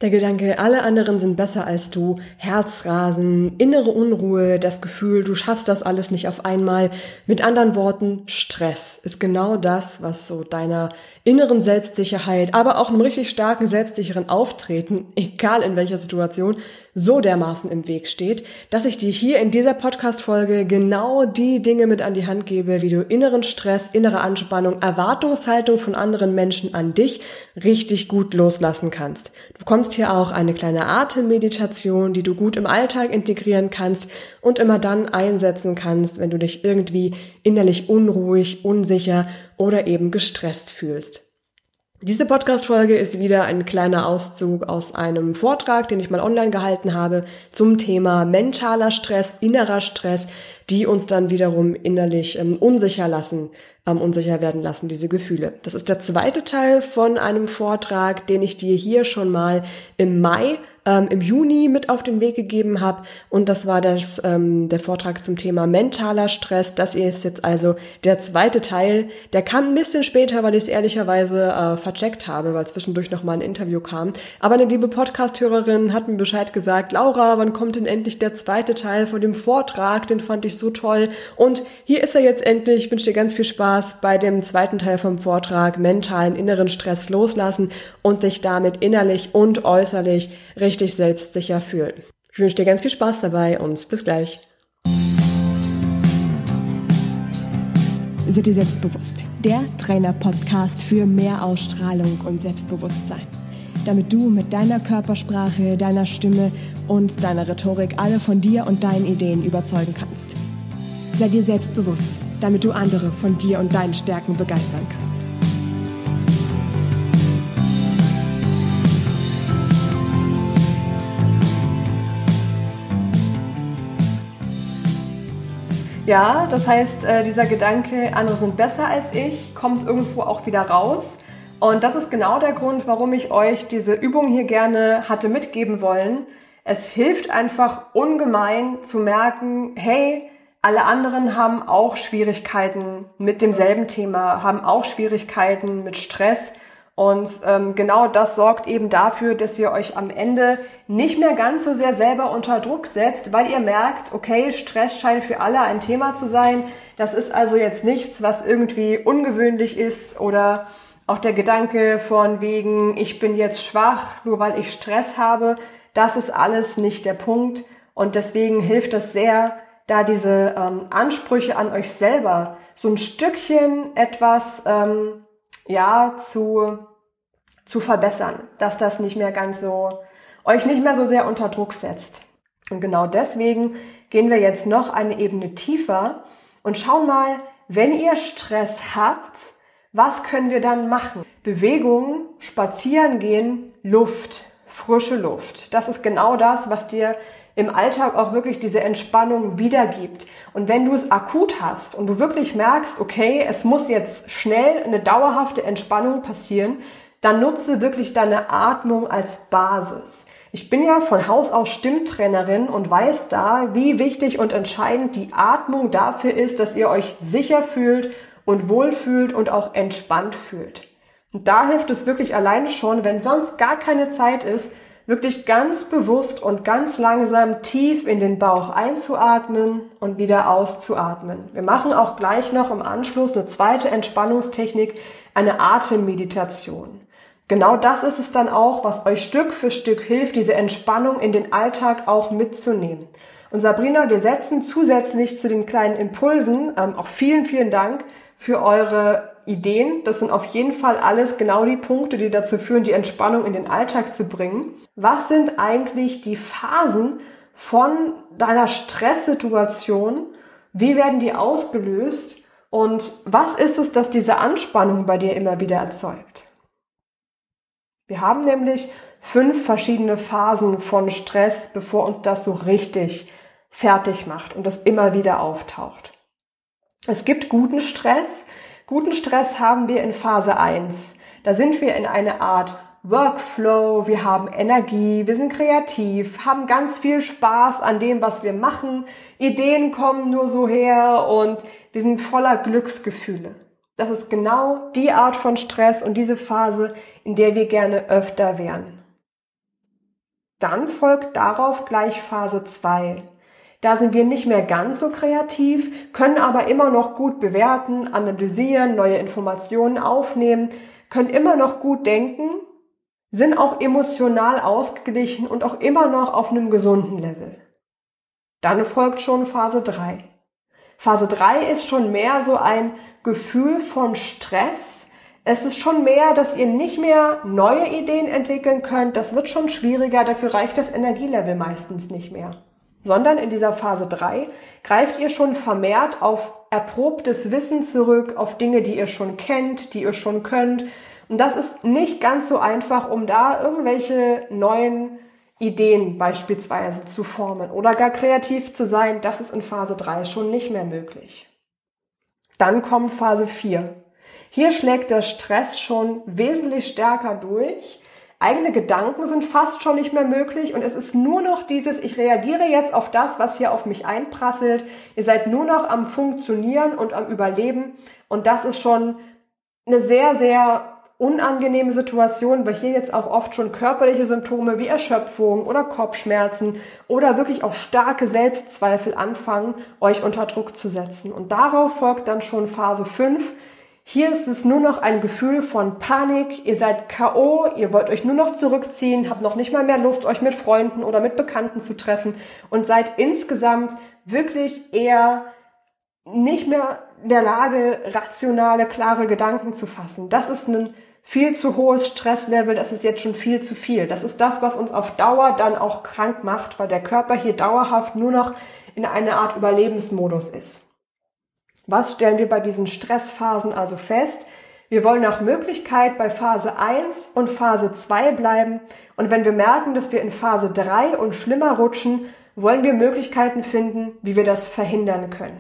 Der Gedanke, alle anderen sind besser als du, Herzrasen, innere Unruhe, das Gefühl, du schaffst das alles nicht auf einmal. Mit anderen Worten, Stress ist genau das, was so deiner inneren Selbstsicherheit, aber auch einem richtig starken, selbstsicheren Auftreten, egal in welcher Situation, so dermaßen im Weg steht, dass ich dir hier in dieser Podcast-Folge genau die Dinge mit an die Hand gebe, wie du inneren Stress, innere Anspannung, Erwartungshaltung von anderen Menschen an dich richtig gut loslassen kannst. Du bekommst hier auch eine kleine Atemmeditation, die du gut im Alltag integrieren kannst und immer dann einsetzen kannst, wenn du dich irgendwie innerlich unruhig, unsicher oder eben gestresst fühlst. Diese Podcast-Folge ist wieder ein kleiner Auszug aus einem Vortrag, den ich mal online gehalten habe, zum Thema mentaler Stress, innerer Stress, die uns dann wiederum innerlich unsicher werden lassen, diese Gefühle. Das ist der zweite Teil von einem Vortrag, den ich dir hier schon mal im Juni mit auf den Weg gegeben habe. Und das war der Vortrag zum Thema mentaler Stress. Das hier ist jetzt also der zweite Teil. Der kam ein bisschen später, weil ich es ehrlicherweise vercheckt habe, weil zwischendurch noch mal ein Interview kam. Aber eine liebe Podcast-Hörerin hat mir Bescheid gesagt, Laura, wann kommt denn endlich der zweite Teil von dem Vortrag? Den fand ich so toll. Und hier ist er jetzt endlich. Ich wünsche dir ganz viel Spaß bei dem zweiten Teil vom Vortrag, mentalen inneren Stress loslassen und dich damit innerlich und äußerlich richtig selbstsicher fühlen. Ich wünsche dir ganz viel Spaß dabei und bis gleich. Sei dir selbstbewusst. Der Trainer-Podcast für mehr Ausstrahlung und Selbstbewusstsein. Damit du mit deiner Körpersprache, deiner Stimme und deiner Rhetorik alle von dir und deinen Ideen überzeugen kannst. Sei dir selbstbewusst, damit du andere von dir und deinen Stärken begeistern kannst. Ja, das heißt, dieser Gedanke, andere sind besser als ich, kommt irgendwo auch wieder raus. Und das ist genau der Grund, warum ich euch diese Übung hier gerne hatte mitgeben wollen. Es hilft einfach ungemein zu merken, hey, alle anderen haben auch Schwierigkeiten mit demselben Thema, haben auch Schwierigkeiten mit Stress. Und genau das sorgt eben dafür, dass ihr euch am Ende nicht mehr ganz so sehr selber unter Druck setzt, weil ihr merkt, okay, Stress scheint für alle ein Thema zu sein. Das ist also jetzt nichts, was irgendwie ungewöhnlich ist oder auch der Gedanke von wegen, ich bin jetzt schwach, nur weil ich Stress habe. Das ist alles nicht der Punkt. Und deswegen hilft das sehr, da diese Ansprüche an euch selber so ein Stückchen etwas zu verbessern, dass das nicht mehr ganz so, euch nicht mehr so sehr unter Druck setzt. Und genau deswegen gehen wir jetzt noch eine Ebene tiefer und schauen mal, wenn ihr Stress habt, was können wir dann machen? Bewegung, spazieren gehen, Luft, frische Luft. Das ist genau das, was dir im Alltag auch wirklich diese Entspannung wiedergibt. Und wenn du es akut hast und du wirklich merkst, okay, es muss jetzt schnell eine dauerhafte Entspannung passieren, dann nutze wirklich deine Atmung als Basis. Ich bin ja von Haus aus Stimmtrainerin und weiß da, wie wichtig und entscheidend die Atmung dafür ist, dass ihr euch sicher fühlt und wohlfühlt und auch entspannt fühlt. Und da hilft es wirklich alleine schon, wenn sonst gar keine Zeit ist, wirklich ganz bewusst und ganz langsam tief in den Bauch einzuatmen und wieder auszuatmen. Wir machen auch gleich noch im Anschluss eine zweite Entspannungstechnik, eine Atemmeditation. Genau das ist es dann auch, was euch Stück für Stück hilft, diese Entspannung in den Alltag auch mitzunehmen. Und Sabrina, wir setzen zusätzlich zu den kleinen Impulsen, auch vielen, vielen Dank für eure Ideen. Das sind auf jeden Fall alles genau die Punkte, die dazu führen, die Entspannung in den Alltag zu bringen. Was sind eigentlich die Phasen von deiner Stresssituation? Wie werden die ausgelöst? Und was ist es, das diese Anspannung bei dir immer wieder erzeugt? Wir haben nämlich 5 verschiedene Phasen von Stress, bevor uns das so richtig fertig macht und das immer wieder auftaucht. Es gibt guten Stress. Guten Stress haben wir in Phase 1. Da sind wir in einer Art Workflow, wir haben Energie, wir sind kreativ, haben ganz viel Spaß an dem, was wir machen. Ideen kommen nur so her und wir sind voller Glücksgefühle. Das ist genau die Art von Stress und diese Phase, in der wir gerne öfter wären. Dann folgt darauf gleich Phase 2. Da sind wir nicht mehr ganz so kreativ, können aber immer noch gut bewerten, analysieren, neue Informationen aufnehmen, können immer noch gut denken, sind auch emotional ausgeglichen und auch immer noch auf einem gesunden Level. Dann folgt schon Phase 3. Phase 3 ist schon mehr so ein Gefühl von Stress. Es ist schon mehr, dass ihr nicht mehr neue Ideen entwickeln könnt. Das wird schon schwieriger, dafür reicht das Energielevel meistens nicht mehr. Sondern in dieser Phase 3 greift ihr schon vermehrt auf erprobtes Wissen zurück, auf Dinge, die ihr schon kennt, die ihr schon könnt. Und das ist nicht ganz so einfach, um da irgendwelche neuen Ideen beispielsweise zu formen oder gar kreativ zu sein. Das ist in Phase 3 schon nicht mehr möglich. Dann kommt Phase 4. Hier schlägt der Stress schon wesentlich stärker durch. Eigene Gedanken sind fast schon nicht mehr möglich und es ist nur noch dieses, ich reagiere jetzt auf das, was hier auf mich einprasselt. Ihr seid nur noch am Funktionieren und am Überleben und das ist schon eine sehr, sehr unangenehme Situation, weil hier jetzt auch oft schon körperliche Symptome wie Erschöpfung oder Kopfschmerzen oder wirklich auch starke Selbstzweifel anfangen, euch unter Druck zu setzen. Und darauf folgt dann schon Phase 5. Hier ist es nur noch ein Gefühl von Panik, ihr seid K.O., ihr wollt euch nur noch zurückziehen, habt noch nicht mal mehr Lust, euch mit Freunden oder mit Bekannten zu treffen und seid insgesamt wirklich eher nicht mehr in der Lage, rationale, klare Gedanken zu fassen. Das ist ein viel zu hohes Stresslevel, das ist jetzt schon viel zu viel. Das ist das, was uns auf Dauer dann auch krank macht, weil der Körper hier dauerhaft nur noch in einer Art Überlebensmodus ist. Was stellen wir bei diesen Stressphasen also fest? Wir wollen nach Möglichkeit bei Phase 1 und Phase 2 bleiben und wenn wir merken, dass wir in Phase 3 und schlimmer rutschen, wollen wir Möglichkeiten finden, wie wir das verhindern können.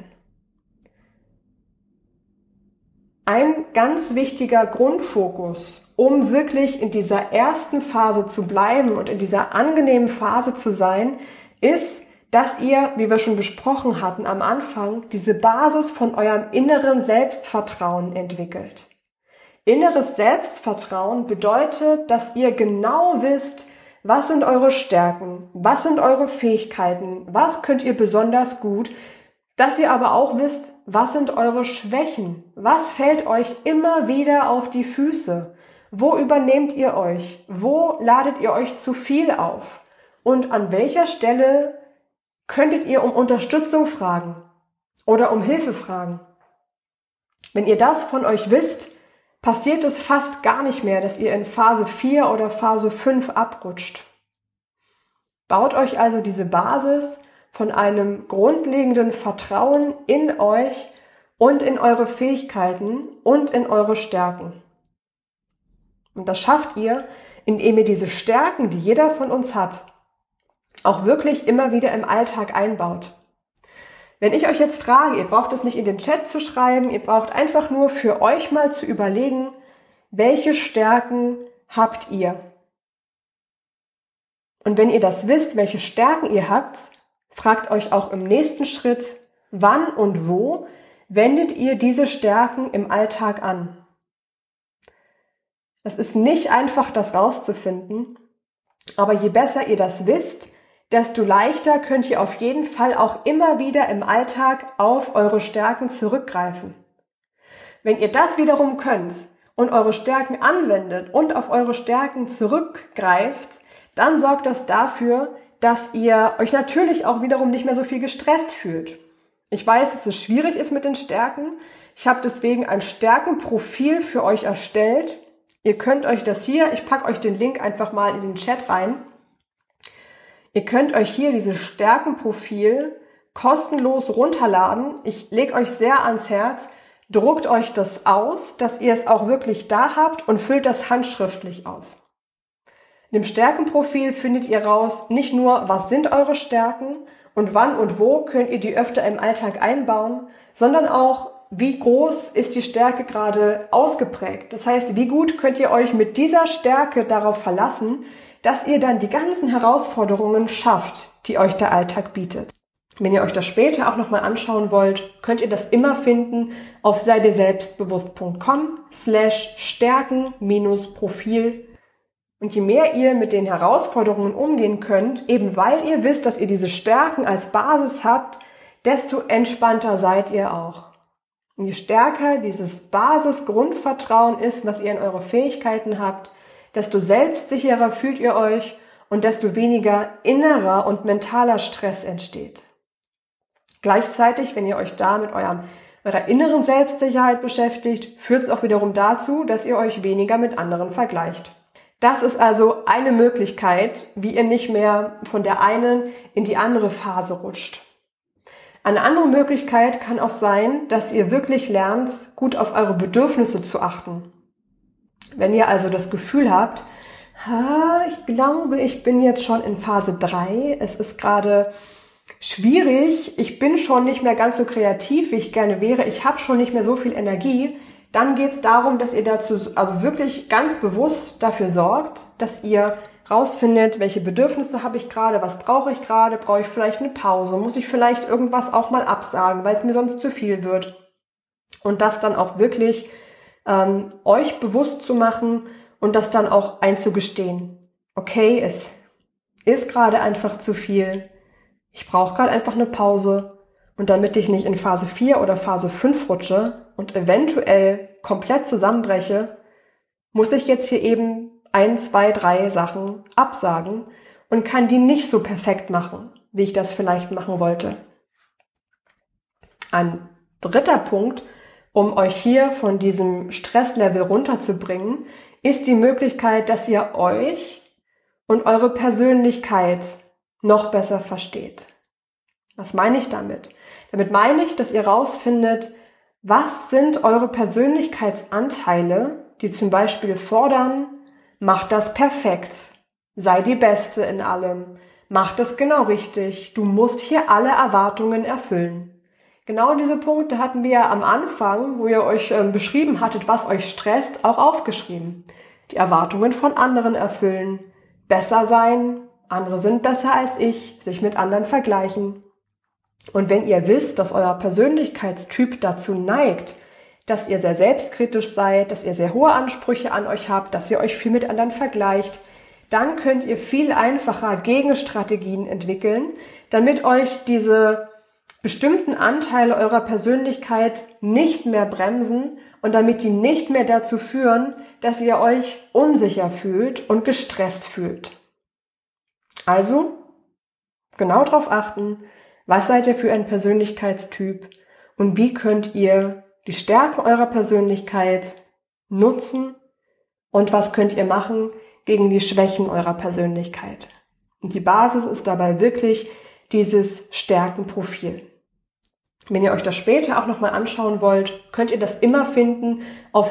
Ein ganz wichtiger Grundfokus, um wirklich in dieser ersten Phase zu bleiben und in dieser angenehmen Phase zu sein, ist, dass ihr, wie wir schon besprochen hatten am Anfang, diese Basis von eurem inneren Selbstvertrauen entwickelt. Inneres Selbstvertrauen bedeutet, dass ihr genau wisst, was sind eure Stärken, was sind eure Fähigkeiten, was könnt ihr besonders gut, dass ihr aber auch wisst, was sind eure Schwächen, was fällt euch immer wieder auf die Füße, wo übernehmt ihr euch, wo ladet ihr euch zu viel auf und an welcher Stelle könntet ihr um Unterstützung fragen oder um Hilfe fragen. Wenn ihr das von euch wisst, passiert es fast gar nicht mehr, dass ihr in Phase 4 oder Phase 5 abrutscht. Baut euch also diese Basis von einem grundlegenden Vertrauen in euch und in eure Fähigkeiten und in eure Stärken. Und das schafft ihr, indem ihr diese Stärken, die jeder von uns hat, auch wirklich immer wieder im Alltag einbaut. Wenn ich euch jetzt frage, ihr braucht es nicht in den Chat zu schreiben, ihr braucht einfach nur für euch mal zu überlegen, welche Stärken habt ihr? Und wenn ihr das wisst, welche Stärken ihr habt, fragt euch auch im nächsten Schritt, wann und wo wendet ihr diese Stärken im Alltag an? Es ist nicht einfach, das rauszufinden, aber je besser ihr das wisst, desto leichter könnt ihr auf jeden Fall auch immer wieder im Alltag auf eure Stärken zurückgreifen. Wenn ihr das wiederum könnt und eure Stärken anwendet und auf eure Stärken zurückgreift, dann sorgt das dafür, dass ihr euch natürlich auch wiederum nicht mehr so viel gestresst fühlt. Ich weiß, dass es schwierig ist mit den Stärken. Ich habe deswegen ein Stärkenprofil für euch erstellt. Ihr könnt euch das hier, ich packe euch den Link einfach mal in den Chat rein. Ihr könnt euch hier dieses Stärkenprofil kostenlos runterladen. Ich lege euch sehr ans Herz, druckt euch das aus, dass ihr es auch wirklich da habt und füllt das handschriftlich aus. In dem Stärkenprofil findet ihr raus, nicht nur, was sind eure Stärken und wann und wo könnt ihr die öfter im Alltag einbauen, sondern auch, wie groß ist die Stärke gerade ausgeprägt. Das heißt, wie gut könnt ihr euch mit dieser Stärke darauf verlassen, dass ihr dann die ganzen Herausforderungen schafft, die euch der Alltag bietet. Wenn ihr euch das später auch nochmal anschauen wollt, könnt ihr das immer finden auf seidirselbstbewusst.com/Stärken-Profil. Und je mehr ihr mit den Herausforderungen umgehen könnt, eben weil ihr wisst, dass ihr diese Stärken als Basis habt, desto entspannter seid ihr auch. Und je stärker dieses Basis-Grundvertrauen ist, was ihr in eure Fähigkeiten habt, desto selbstsicherer fühlt ihr euch und desto weniger innerer und mentaler Stress entsteht. Gleichzeitig, wenn ihr euch da mit eurer inneren Selbstsicherheit beschäftigt, führt es auch wiederum dazu, dass ihr euch weniger mit anderen vergleicht. Das ist also eine Möglichkeit, wie ihr nicht mehr von der einen in die andere Phase rutscht. Eine andere Möglichkeit kann auch sein, dass ihr wirklich lernt, gut auf eure Bedürfnisse zu achten. Wenn ihr also das Gefühl habt, ich glaube, ich bin jetzt schon in Phase 3, es ist gerade schwierig, ich bin schon nicht mehr ganz so kreativ, wie ich gerne wäre, ich habe schon nicht mehr so viel Energie, dann geht es darum, dass ihr dazu also wirklich ganz bewusst dafür sorgt, dass ihr rausfindet, welche Bedürfnisse habe ich gerade, was brauche ich vielleicht eine Pause, muss ich vielleicht irgendwas auch mal absagen, weil es mir sonst zu viel wird. Und das dann auch wirklich euch bewusst zu machen und das dann auch einzugestehen. Okay, es ist gerade einfach zu viel, ich brauche gerade einfach eine Pause. Und damit ich nicht in Phase 4 oder Phase 5 rutsche und eventuell komplett zusammenbreche, muss ich jetzt hier eben 1, 2, 3 Sachen absagen und kann die nicht so perfekt machen, wie ich das vielleicht machen wollte. Ein dritter Punkt, um euch hier von diesem Stresslevel runterzubringen, ist die Möglichkeit, dass ihr euch und eure Persönlichkeit noch besser versteht. Was meine ich damit? Damit meine ich, dass ihr rausfindet, was sind eure Persönlichkeitsanteile, die zum Beispiel fordern, mach das perfekt, sei die Beste in allem, mach das genau richtig, du musst hier alle Erwartungen erfüllen. Genau diese Punkte hatten wir ja am Anfang, wo ihr euch beschrieben hattet, was euch stresst, auch aufgeschrieben. Die Erwartungen von anderen erfüllen, besser sein, andere sind besser als ich, sich mit anderen vergleichen. Und wenn ihr wisst, dass euer Persönlichkeitstyp dazu neigt, dass ihr sehr selbstkritisch seid, dass ihr sehr hohe Ansprüche an euch habt, dass ihr euch viel mit anderen vergleicht, dann könnt ihr viel einfacher Gegenstrategien entwickeln, damit euch diese bestimmten Anteile eurer Persönlichkeit nicht mehr bremsen und damit die nicht mehr dazu führen, dass ihr euch unsicher fühlt und gestresst fühlt. Also, genau darauf achten, was seid ihr für ein Persönlichkeitstyp und wie könnt ihr die Stärken eurer Persönlichkeit nutzen und was könnt ihr machen gegen die Schwächen eurer Persönlichkeit. Und die Basis ist dabei wirklich dieses Stärkenprofil. Wenn ihr euch das später auch nochmal anschauen wollt, könnt ihr das immer finden auf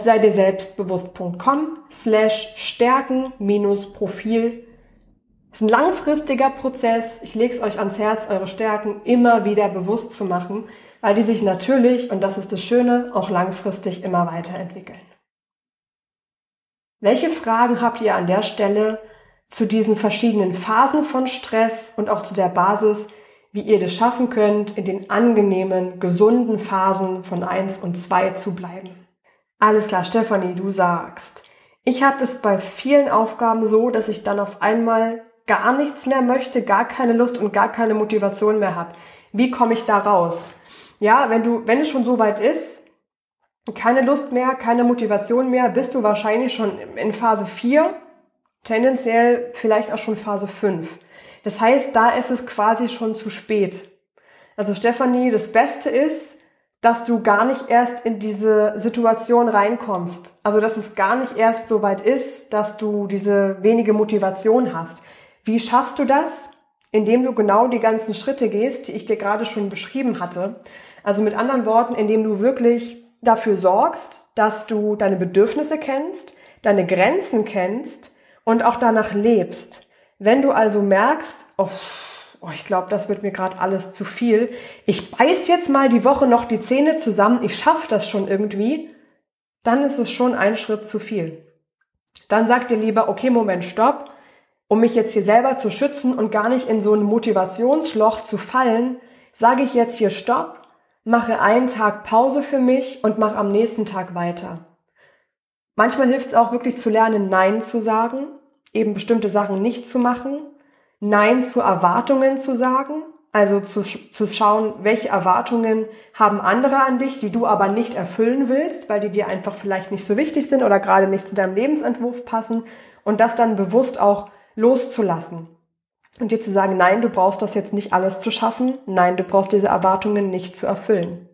seidierselbstbewusst.com/Stärken-Profil. Es ist ein langfristiger Prozess. Ich lege es euch ans Herz, eure Stärken immer wieder bewusst zu machen, weil die sich natürlich, und das ist das Schöne, auch langfristig immer weiterentwickeln. Welche Fragen habt ihr an der Stelle zu diesen verschiedenen Phasen von Stress und auch zu der Basis, wie ihr das schaffen könnt, in den angenehmen, gesunden Phasen von 1 und 2 zu bleiben? Alles klar, Stefanie, du sagst, ich habe es bei vielen Aufgaben so, dass ich dann auf einmal gar nichts mehr möchte, gar keine Lust und gar keine Motivation mehr habe. Wie komme ich da raus? Ja, wenn es schon so weit ist, keine Lust mehr, keine Motivation mehr, bist du wahrscheinlich schon in Phase 4, tendenziell vielleicht auch schon Phase 5. Das heißt, da ist es quasi schon zu spät. Also Stefanie, das Beste ist, dass du gar nicht erst in diese Situation reinkommst. Also dass es gar nicht erst so weit ist, dass du diese wenige Motivation hast. Wie schaffst du das? Indem du genau die ganzen Schritte gehst, die ich dir gerade schon beschrieben hatte. Also mit anderen Worten, indem du wirklich dafür sorgst, dass du deine Bedürfnisse kennst, deine Grenzen kennst und auch danach lebst. Wenn du also merkst, ich glaube, das wird mir gerade alles zu viel, ich beiß jetzt mal die Woche noch die Zähne zusammen, ich schaffe das schon irgendwie, dann ist es schon ein Schritt zu viel. Dann sag dir lieber, okay, Moment, stopp, um mich jetzt hier selber zu schützen und gar nicht in so ein Motivationsloch zu fallen, sage ich jetzt hier Stopp, mache einen Tag Pause für mich und mache am nächsten Tag weiter. Manchmal hilft es auch wirklich zu lernen, Nein zu sagen. eben bestimmte Sachen nicht zu machen, Nein zu Erwartungen zu sagen, also zu schauen, welche Erwartungen haben andere an dich, die du aber nicht erfüllen willst, weil die dir einfach vielleicht nicht so wichtig sind oder gerade nicht zu deinem Lebensentwurf passen, und das dann bewusst auch loszulassen und dir zu sagen, nein, du brauchst das jetzt nicht alles zu schaffen, nein, du brauchst diese Erwartungen nicht zu erfüllen.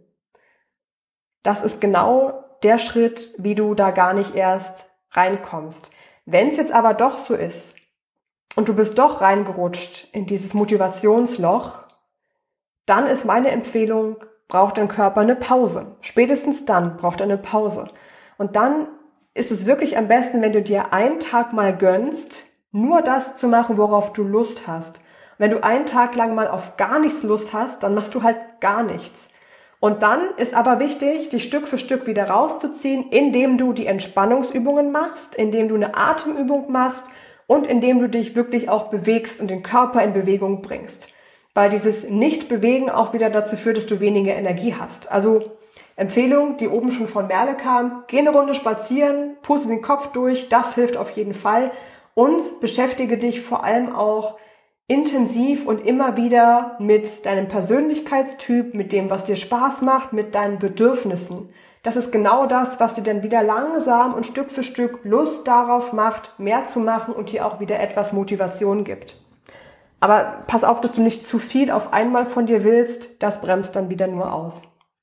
Das ist genau der Schritt, wie du da gar nicht erst reinkommst. Wenn es jetzt aber doch so ist und du bist doch reingerutscht in dieses Motivationsloch, dann ist meine Empfehlung, braucht dein Körper eine Pause. Spätestens dann braucht er eine Pause. Und dann ist es wirklich am besten, wenn du dir einen Tag mal gönnst, nur das zu machen, worauf du Lust hast. Wenn du einen Tag lang mal auf gar nichts Lust hast, dann machst du halt gar nichts. Und dann ist aber wichtig, dich Stück für Stück wieder rauszuziehen, indem du die Entspannungsübungen machst, indem du eine Atemübung machst und indem du dich wirklich auch bewegst und den Körper in Bewegung bringst. Weil dieses Nicht-Bewegen auch wieder dazu führt, dass du weniger Energie hast. Also Empfehlung, die oben schon von Merle kam, geh eine Runde spazieren, puste den Kopf durch, das hilft auf jeden Fall. Und beschäftige dich vor allem auch intensiv und immer wieder mit deinem Persönlichkeitstyp, mit dem, was dir Spaß macht, mit deinen Bedürfnissen. Das ist genau das, was dir dann wieder langsam und Stück für Stück Lust darauf macht, mehr zu machen und dir auch wieder etwas Motivation gibt. Aber pass auf, dass du nicht zu viel auf einmal von dir willst, das bremst dann wieder nur aus.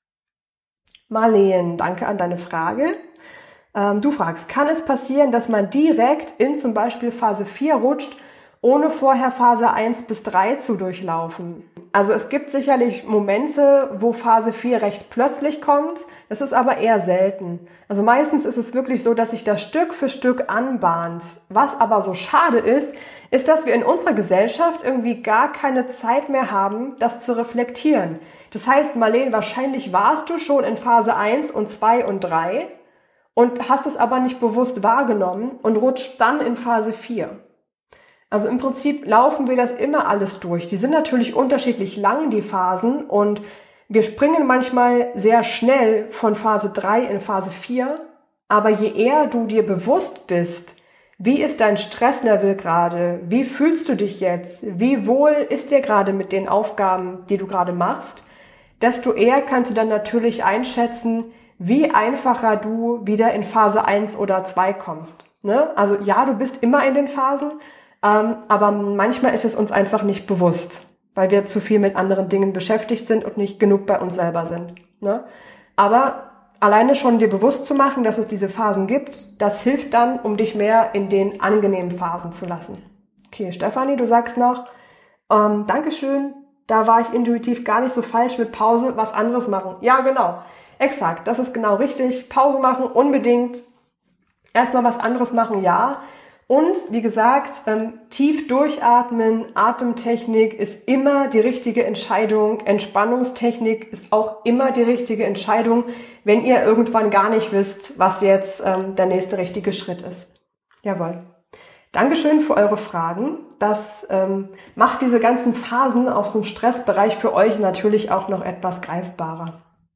Marleen, danke an deine Frage. Du fragst, kann es passieren, dass man direkt in zum Beispiel Phase 4 rutscht, ohne vorher Phase 1 bis 3 zu durchlaufen? Also es gibt sicherlich Momente, wo Phase 4 recht plötzlich kommt, das ist aber eher selten. Also meistens ist es wirklich so, dass sich das Stück für Stück anbahnt. Was aber so schade ist, dass wir in unserer Gesellschaft irgendwie gar keine Zeit mehr haben, das zu reflektieren. Das heißt, Marleen, wahrscheinlich warst du schon in Phase 1 und 2 und 3 und hast es aber nicht bewusst wahrgenommen und rutscht dann in Phase 4. Also im Prinzip laufen wir das immer alles durch. Die sind natürlich unterschiedlich lang, die Phasen, und wir springen manchmal sehr schnell von Phase 3 in Phase 4. Aber je eher du dir bewusst bist, wie ist dein Stresslevel gerade, wie fühlst du dich jetzt, wie wohl ist dir gerade mit den Aufgaben, die du gerade machst, desto eher kannst du dann natürlich einschätzen, wie einfacher du wieder in Phase 1 oder 2 kommst. Ne? Also ja, du bist immer in den Phasen, aber manchmal ist es uns einfach nicht bewusst, weil wir zu viel mit anderen Dingen beschäftigt sind und nicht genug bei uns selber sind. Ne? Aber alleine schon dir bewusst zu machen, dass es diese Phasen gibt, das hilft dann, um dich mehr in den angenehmen Phasen zu lassen. Okay, Stefanie, du sagst noch, Dankeschön, da war ich intuitiv gar nicht so falsch mit Pause, was anderes machen. Ja, genau, exakt, das ist genau richtig. Pause machen, unbedingt. Erstmal was anderes machen, ja. Und wie gesagt, tief durchatmen, Atemtechnik ist immer die richtige Entscheidung. Entspannungstechnik ist auch immer die richtige Entscheidung, wenn ihr irgendwann gar nicht wisst, was jetzt der nächste richtige Schritt ist. Jawohl. Dankeschön für eure Fragen. Das macht diese ganzen Phasen aus dem Stressbereich für euch natürlich auch noch etwas greifbarer.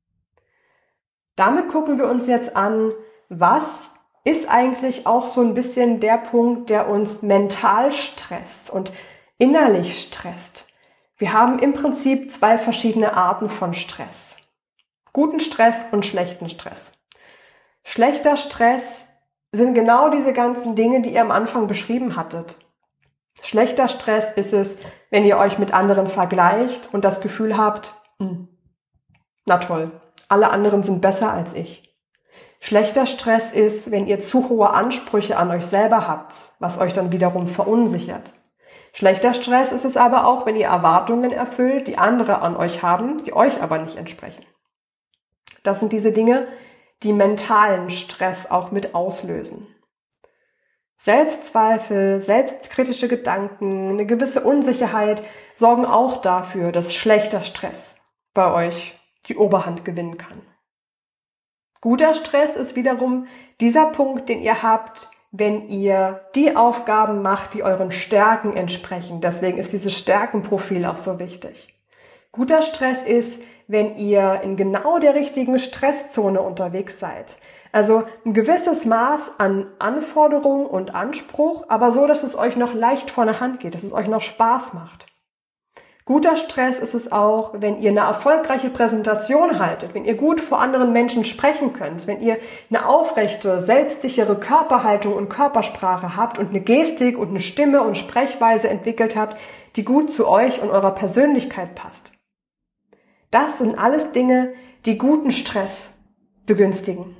Damit gucken wir uns jetzt an, was ist eigentlich auch so ein bisschen der Punkt, der uns mental stresst und innerlich stresst. Wir haben im Prinzip 2 verschiedene Arten von Stress. Guten Stress und schlechten Stress. Schlechter Stress sind genau diese ganzen Dinge, die ihr am Anfang beschrieben hattet. Schlechter Stress ist es, wenn ihr euch mit anderen vergleicht und das Gefühl habt, na toll, alle anderen sind besser als ich. Schlechter Stress ist, wenn ihr zu hohe Ansprüche an euch selber habt, was euch dann wiederum verunsichert. Schlechter Stress ist es aber auch, wenn ihr Erwartungen erfüllt, die andere an euch haben, die euch aber nicht entsprechen. Das sind diese Dinge, die mentalen Stress auch mit auslösen. Selbstzweifel, selbstkritische Gedanken, eine gewisse Unsicherheit sorgen auch dafür, dass schlechter Stress bei euch die Oberhand gewinnen kann. Guter Stress ist wiederum dieser Punkt, den ihr habt, wenn ihr die Aufgaben macht, die euren Stärken entsprechen. Deswegen ist dieses Stärkenprofil auch so wichtig. Guter Stress ist, wenn ihr in genau der richtigen Stresszone unterwegs seid. Also ein gewisses Maß an Anforderung und Anspruch, aber so, dass es euch noch leicht von der Hand geht, dass es euch noch Spaß macht. Guter Stress ist es auch, wenn ihr eine erfolgreiche Präsentation haltet, wenn ihr gut vor anderen Menschen sprechen könnt, wenn ihr eine aufrechte, selbstsichere Körperhaltung und Körpersprache habt und eine Gestik und eine Stimme und Sprechweise entwickelt habt, die gut zu euch und eurer Persönlichkeit passt. Das sind alles Dinge, die guten Stress begünstigen.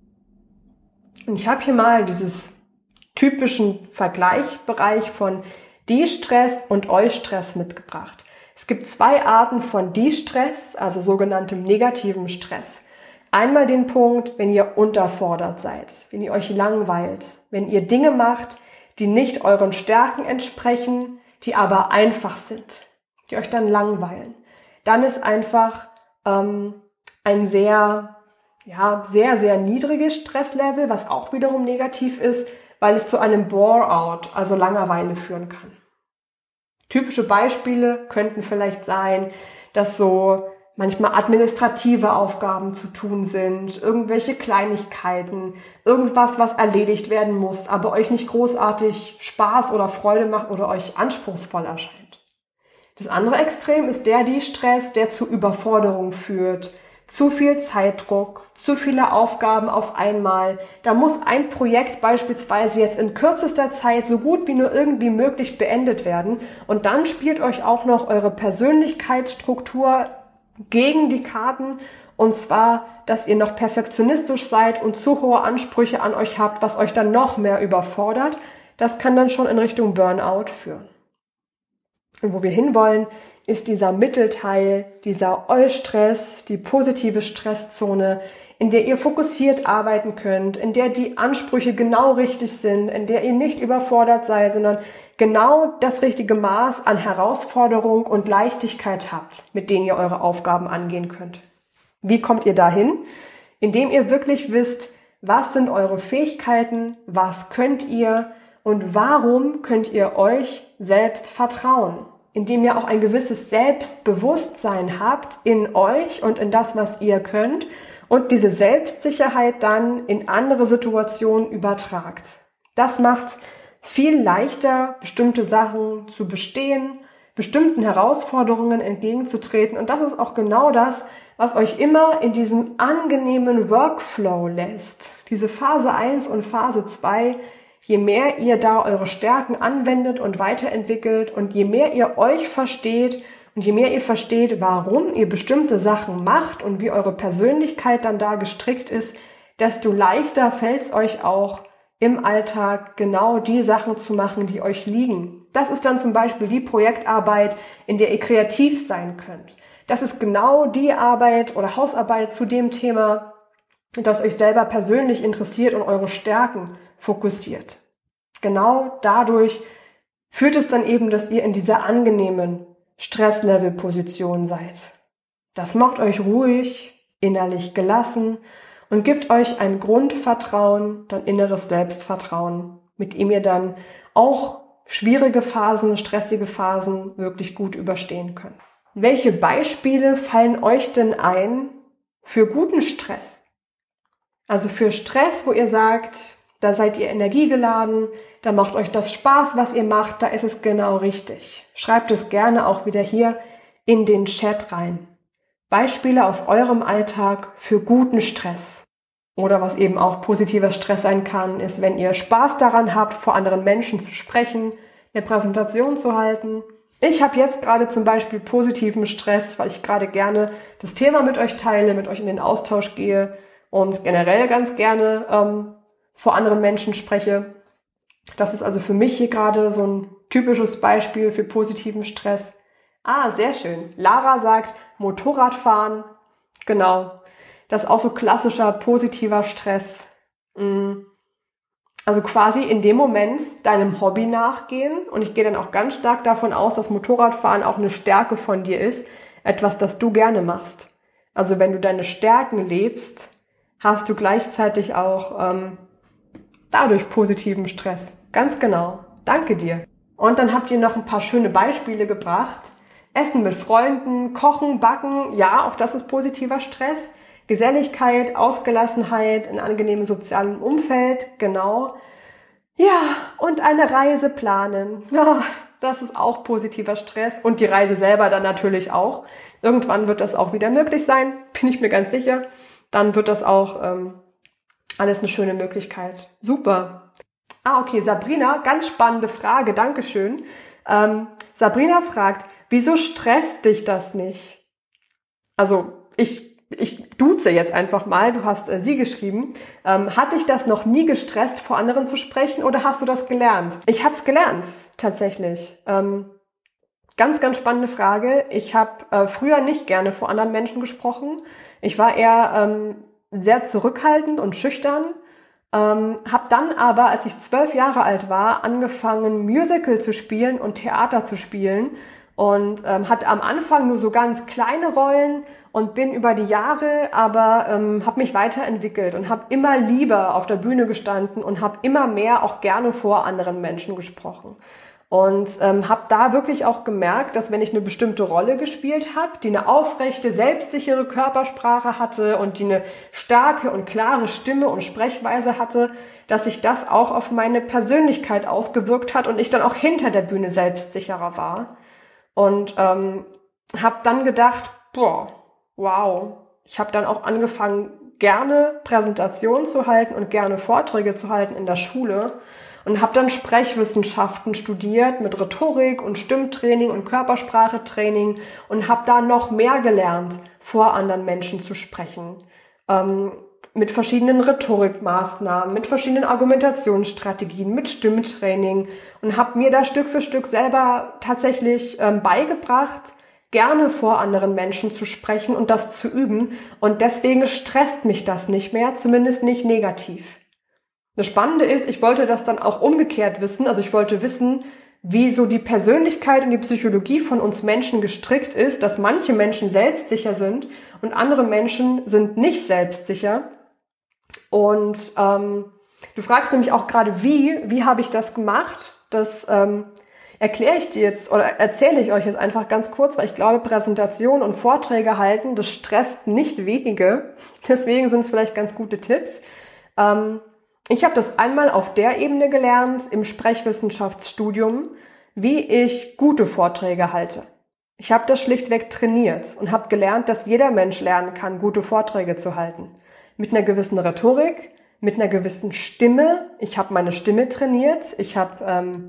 Und ich habe hier mal dieses typischen Vergleichbereich von De-Stress und Eustress mitgebracht. Es gibt 2 Arten von De-Stress, also sogenanntem negativen Stress. Einmal den Punkt, wenn ihr unterfordert seid, wenn ihr euch langweilt, wenn ihr Dinge macht, die nicht euren Stärken entsprechen, die aber einfach sind, die euch dann langweilen. Dann ist einfach ein sehr niedriges Stresslevel, was auch wiederum negativ ist, weil es zu einem Bore-out, also Langeweile führen kann. Typische Beispiele könnten vielleicht sein, dass so manchmal administrative Aufgaben zu tun sind, irgendwelche Kleinigkeiten, irgendwas, was erledigt werden muss, aber euch nicht großartig Spaß oder Freude macht oder euch anspruchsvoll erscheint. Das andere Extrem ist der De-Stress, der zu Überforderung führt, zu viel Zeitdruck, zu viele Aufgaben auf einmal. Da muss ein Projekt beispielsweise jetzt in kürzester Zeit so gut wie nur irgendwie möglich beendet werden. Und dann spielt euch auch noch eure Persönlichkeitsstruktur gegen die Karten. Und zwar, dass ihr noch perfektionistisch seid und zu hohe Ansprüche an euch habt, was euch dann noch mehr überfordert. Das kann dann schon in Richtung Burnout führen. Und wo wir hinwollen, ist dieser Mittelteil, dieser Eustress, die positive Stresszone, in der ihr fokussiert arbeiten könnt, in der die Ansprüche genau richtig sind, in der ihr nicht überfordert seid, sondern genau das richtige Maß an Herausforderung und Leichtigkeit habt, mit denen ihr eure Aufgaben angehen könnt. Wie kommt ihr dahin? Indem ihr wirklich wisst, was sind eure Fähigkeiten, was könnt ihr und warum könnt ihr euch selbst vertrauen? Indem ihr auch ein gewisses Selbstbewusstsein habt in euch und in das, was ihr könnt und diese Selbstsicherheit dann in andere Situationen übertragt. Das macht's viel leichter, bestimmte Sachen zu bestehen, bestimmten Herausforderungen entgegenzutreten und das ist auch genau das, was euch immer in diesem angenehmen Workflow lässt. Diese Phase 1 und Phase 2, je mehr ihr da eure Stärken anwendet und weiterentwickelt und je mehr ihr euch versteht und je mehr ihr versteht, warum ihr bestimmte Sachen macht und wie eure Persönlichkeit dann da gestrickt ist, desto leichter fällt es euch auch im Alltag genau die Sachen zu machen, die euch liegen. Das ist dann zum Beispiel die Projektarbeit, in der ihr kreativ sein könnt. Das ist genau die Arbeit oder Hausarbeit zu dem Thema, das euch selber persönlich interessiert und eure Stärken fokussiert. Genau dadurch führt es dann eben, dass ihr in dieser angenehmen Stresslevel-Position seid. Das macht euch ruhig, innerlich gelassen und gibt euch ein Grundvertrauen, ein inneres Selbstvertrauen, mit dem ihr dann auch schwierige Phasen, stressige Phasen wirklich gut überstehen könnt. Welche Beispiele fallen euch denn ein für guten Stress? Also für Stress, wo ihr sagt, da seid ihr energiegeladen, da macht euch das Spaß, was ihr macht, da ist es genau richtig. Schreibt es gerne auch wieder hier in den Chat rein. Beispiele aus eurem Alltag für guten Stress. Oder was eben auch positiver Stress sein kann, ist, wenn ihr Spaß daran habt, vor anderen Menschen zu sprechen, eine Präsentation zu halten. Ich habe jetzt gerade zum Beispiel positiven Stress, weil ich gerade gerne das Thema mit euch teile, mit euch in den Austausch gehe und generell ganz gerne vor anderen Menschen spreche. Das ist also für mich hier gerade so ein typisches Beispiel für positiven Stress. Ah, sehr schön. Lara sagt Motorradfahren. Genau. Das ist auch so klassischer positiver Stress. Also quasi in dem Moment deinem Hobby nachgehen. Und ich gehe dann auch ganz stark davon aus, dass Motorradfahren auch eine Stärke von dir ist. Etwas, das du gerne machst. Also wenn du deine Stärken lebst, hast du gleichzeitig auch dadurch positiven Stress. Ganz genau. Danke dir. Und dann habt ihr noch ein paar schöne Beispiele gebracht. Essen mit Freunden, kochen, backen. Ja, auch das ist positiver Stress. Geselligkeit, Ausgelassenheit, ein angenehmes soziales Umfeld, genau. Ja, und eine Reise planen. Ja, das ist auch positiver Stress und die Reise selber dann natürlich auch. Irgendwann wird das auch wieder möglich sein, bin ich mir ganz sicher. Dann wird das auch alles eine schöne Möglichkeit. Super. Okay, Sabrina, ganz spannende Frage, Dankeschön. Sabrina fragt, wieso stresst dich das nicht? Also ich duze jetzt einfach mal, du hast sie geschrieben. Hat dich das noch nie gestresst, vor anderen zu sprechen oder hast du das gelernt? Ich habe es gelernt, tatsächlich. Ganz, ganz spannende Frage. Ich habe früher nicht gerne vor anderen Menschen gesprochen. Ich war eher sehr zurückhaltend und schüchtern. Habe dann aber, als ich 12 Jahre alt war, angefangen, Musical zu spielen und Theater zu spielen und hatte am Anfang nur so ganz kleine Rollen und bin über die Jahre aber habe mich weiterentwickelt und habe immer lieber auf der Bühne gestanden und habe immer mehr auch gerne vor anderen Menschen gesprochen. Und habe da wirklich auch gemerkt, dass wenn ich eine bestimmte Rolle gespielt habe, die eine aufrechte, selbstsichere Körpersprache hatte und die eine starke und klare Stimme und Sprechweise hatte, dass sich das auch auf meine Persönlichkeit ausgewirkt hat und ich dann auch hinter der Bühne selbstsicherer war. Und habe dann gedacht, wow, ich habe dann auch angefangen, gerne Präsentationen zu halten und gerne Vorträge zu halten in der Schule. Und habe dann Sprechwissenschaften studiert mit Rhetorik und Stimmtraining und Körpersprachetraining und habe da noch mehr gelernt, vor anderen Menschen zu sprechen. Mit verschiedenen Rhetorikmaßnahmen, mit verschiedenen Argumentationsstrategien, mit Stimmtraining und habe mir da Stück für Stück selber tatsächlich beigebracht, gerne vor anderen Menschen zu sprechen und das zu üben. Und deswegen stresst mich das nicht mehr, zumindest nicht negativ. Das Spannende ist, ich wollte das dann auch umgekehrt wissen. Also ich wollte wissen, wie so die Persönlichkeit und die Psychologie von uns Menschen gestrickt ist, dass manche Menschen selbstsicher sind und andere Menschen sind nicht selbstsicher. Und du fragst nämlich auch gerade, wie habe ich das gemacht? Das erkläre ich dir jetzt oder erzähle ich euch jetzt einfach ganz kurz, weil ich glaube, Präsentationen und Vorträge halten, das stresst nicht wenige. Deswegen sind es vielleicht ganz gute Tipps. Ich habe das einmal auf der Ebene gelernt, im Sprechwissenschaftsstudium, wie ich gute Vorträge halte. Ich habe das schlichtweg trainiert und habe gelernt, dass jeder Mensch lernen kann, gute Vorträge zu halten. Mit einer gewissen Rhetorik, mit einer gewissen Stimme. Ich habe meine Stimme trainiert. Ich habe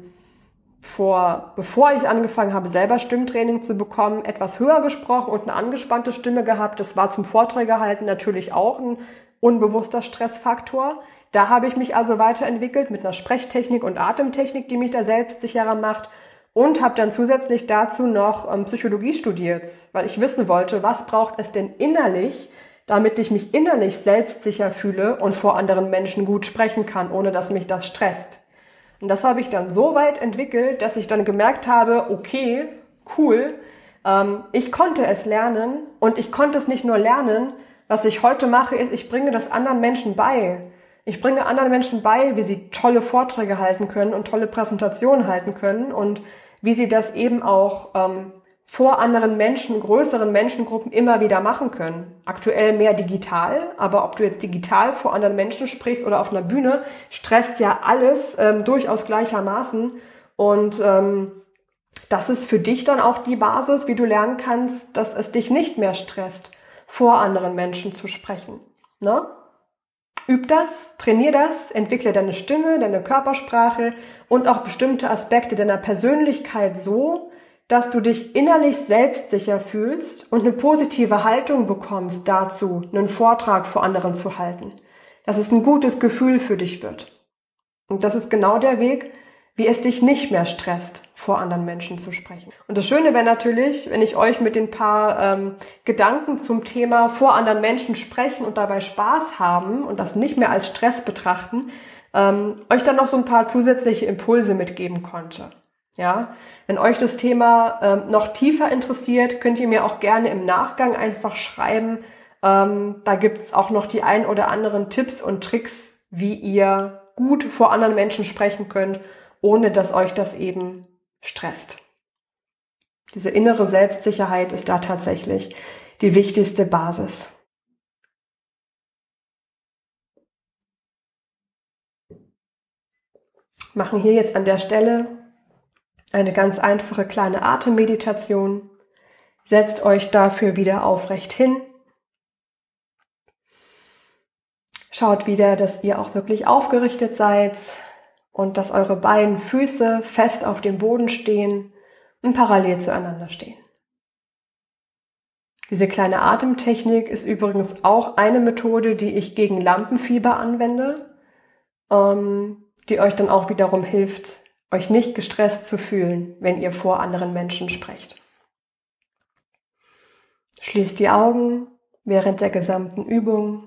bevor ich angefangen habe, selber Stimmtraining zu bekommen, etwas höher gesprochen und eine angespannte Stimme gehabt. Das war zum Vorträge halten natürlich auch ein unbewusster Stressfaktor. Da habe ich mich also weiterentwickelt mit einer Sprechtechnik und Atemtechnik, die mich da selbstsicherer macht und habe dann zusätzlich dazu noch Psychologie studiert, weil ich wissen wollte, was braucht es denn innerlich, damit ich mich innerlich selbstsicher fühle und vor anderen Menschen gut sprechen kann, ohne dass mich das stresst. Und das habe ich dann so weit entwickelt, dass ich dann gemerkt habe, okay, cool, ich konnte es lernen und ich konnte es nicht nur lernen, was ich heute mache, ist, ich bringe das anderen Menschen bei. Ich bringe anderen Menschen bei, wie sie tolle Vorträge halten können und tolle Präsentationen halten können und wie sie das eben auch vor anderen Menschen, größeren Menschengruppen immer wieder machen können. Aktuell mehr digital, aber ob du jetzt digital vor anderen Menschen sprichst oder auf einer Bühne, stresst ja alles durchaus gleichermaßen. Und das ist für dich dann auch die Basis, wie du lernen kannst, dass es dich nicht mehr stresst, vor anderen Menschen zu sprechen. Ne? Üb das, trainier das, entwickle deine Stimme, deine Körpersprache und auch bestimmte Aspekte deiner Persönlichkeit so, dass du dich innerlich selbstsicher fühlst und eine positive Haltung bekommst dazu, einen Vortrag vor anderen zu halten. Dass es ein gutes Gefühl für dich wird. Und das ist genau der Weg, wie es dich nicht mehr stresst, vor anderen Menschen zu sprechen. Und das Schöne wäre natürlich, wenn ich euch mit den paar Gedanken zum Thema vor anderen Menschen sprechen und dabei Spaß haben und das nicht mehr als Stress betrachten, euch dann noch so ein paar zusätzliche Impulse mitgeben konnte. Ja, wenn euch das Thema noch tiefer interessiert, könnt ihr mir auch gerne im Nachgang einfach schreiben. Da gibt's auch noch die ein oder anderen Tipps und Tricks, wie ihr gut vor anderen Menschen sprechen könnt, ohne dass euch das eben stresst. Diese innere Selbstsicherheit ist da tatsächlich die wichtigste Basis. machen hier jetzt an der Stelle eine ganz einfache kleine Atemmeditation. Setzt euch dafür wieder aufrecht hin. Schaut wieder, dass ihr auch wirklich aufgerichtet seid und dass eure beiden Füße fest auf dem Boden stehen und parallel zueinander stehen. Diese kleine Atemtechnik ist übrigens auch eine Methode, die ich gegen Lampenfieber anwende, die euch dann auch wiederum hilft, euch nicht gestresst zu fühlen, wenn ihr vor anderen Menschen sprecht. Schließt die Augen während der gesamten Übung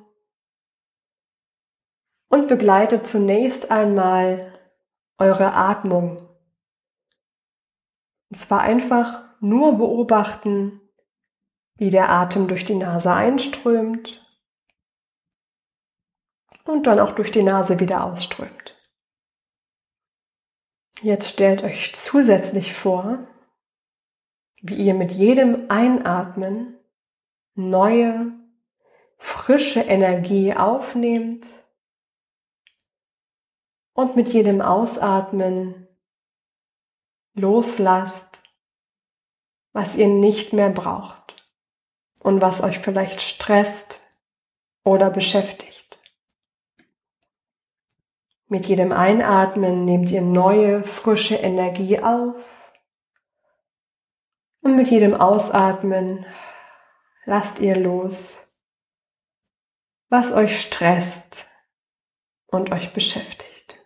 und begleitet zunächst einmal eure Atmung. Und zwar einfach nur beobachten, wie der Atem durch die Nase einströmt und dann auch durch die Nase wieder ausströmt. Jetzt stellt euch zusätzlich vor, wie ihr mit jedem Einatmen neue, frische Energie aufnehmt und mit jedem Ausatmen loslasst, was ihr nicht mehr braucht und was euch vielleicht stresst oder beschäftigt. Mit jedem Einatmen nehmt ihr neue, frische Energie auf und mit jedem Ausatmen lasst ihr los, was euch stresst und euch beschäftigt.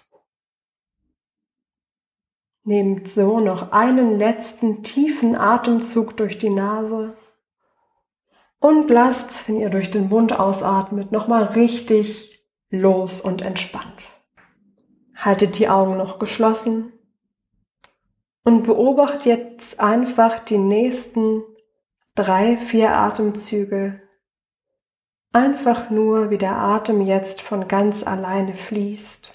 Nehmt so noch einen letzten tiefen Atemzug durch die Nase und lasst, wenn ihr durch den Mund ausatmet, nochmal richtig los und entspannt. Haltet die Augen noch geschlossen und beobachtet jetzt einfach die nächsten 3-4 Atemzüge. Einfach nur, wie der Atem jetzt von ganz alleine fließt.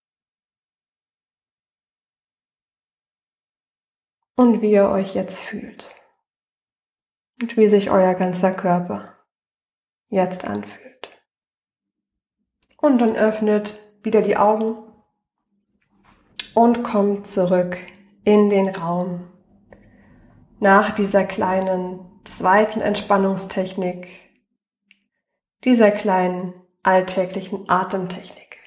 Und wie ihr euch jetzt fühlt. Und wie sich euer ganzer Körper jetzt anfühlt. Und dann öffnet wieder die Augen und kommt zurück in den Raum. Nach dieser kleinen zweiten Entspannungstechnik, dieser kleinen alltäglichen Atemtechnik.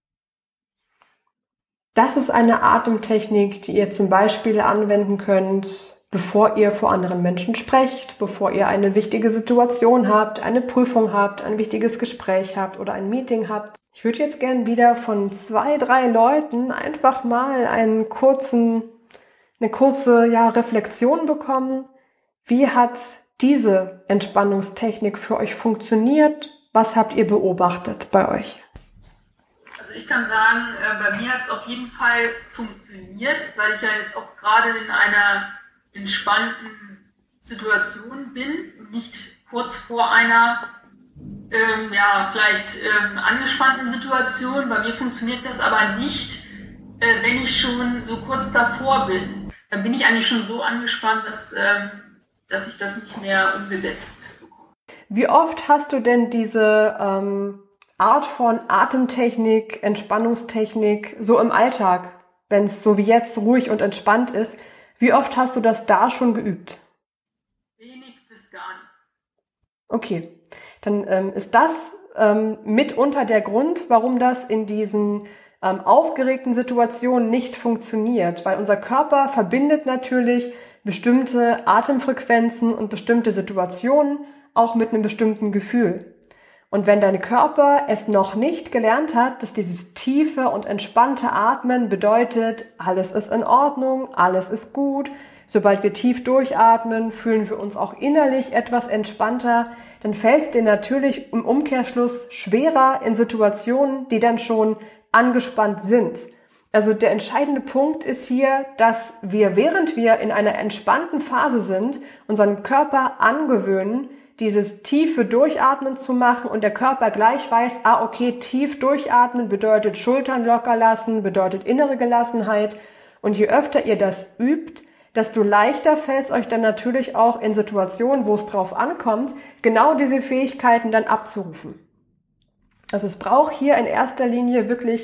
Das ist eine Atemtechnik, die ihr zum Beispiel anwenden könnt, bevor ihr vor anderen Menschen sprecht, bevor ihr eine wichtige Situation habt, eine Prüfung habt, ein wichtiges Gespräch habt oder ein Meeting habt. Ich würde jetzt gern wieder von 2-3 Leuten einfach mal eine kurze Reflexion bekommen. Wie hat diese Entspannungstechnik für euch funktioniert? Was habt ihr beobachtet bei euch? Also ich kann sagen, bei mir hat es auf jeden Fall funktioniert, weil ich ja jetzt auch gerade in einer entspannten Situation bin und nicht kurz vor einer angespannten Situation. Bei mir funktioniert das aber nicht, wenn ich schon so kurz davor bin. Dann bin ich eigentlich schon so angespannt, dass ich das nicht mehr umgesetzt bekomme. Wie oft hast du denn diese Art von Atemtechnik, Entspannungstechnik so im Alltag, wenn es so wie jetzt ruhig und entspannt ist, wie oft hast du das da schon geübt? Wenig bis gar nicht. Okay, dann ist das mitunter der Grund, warum das in diesen aufgeregten Situationen nicht funktioniert, weil unser Körper verbindet natürlich bestimmte Atemfrequenzen und bestimmte Situationen auch mit einem bestimmten Gefühl. Und wenn dein Körper es noch nicht gelernt hat, dass dieses tiefe und entspannte Atmen bedeutet, alles ist in Ordnung, alles ist gut, sobald wir tief durchatmen, fühlen wir uns auch innerlich etwas entspannter, dann fällt es dir natürlich im Umkehrschluss schwerer in Situationen, die dann schon angespannt sind. Also der entscheidende Punkt ist hier, dass wir, während wir in einer entspannten Phase sind, unseren Körper angewöhnen, dieses tiefe Durchatmen zu machen und der Körper gleich weiß, okay, tief durchatmen bedeutet Schultern locker lassen, bedeutet innere Gelassenheit. Und je öfter ihr das übt, desto leichter fällt es euch dann natürlich auch in Situationen, wo es drauf ankommt, genau diese Fähigkeiten dann abzurufen. Also es braucht hier in erster Linie wirklich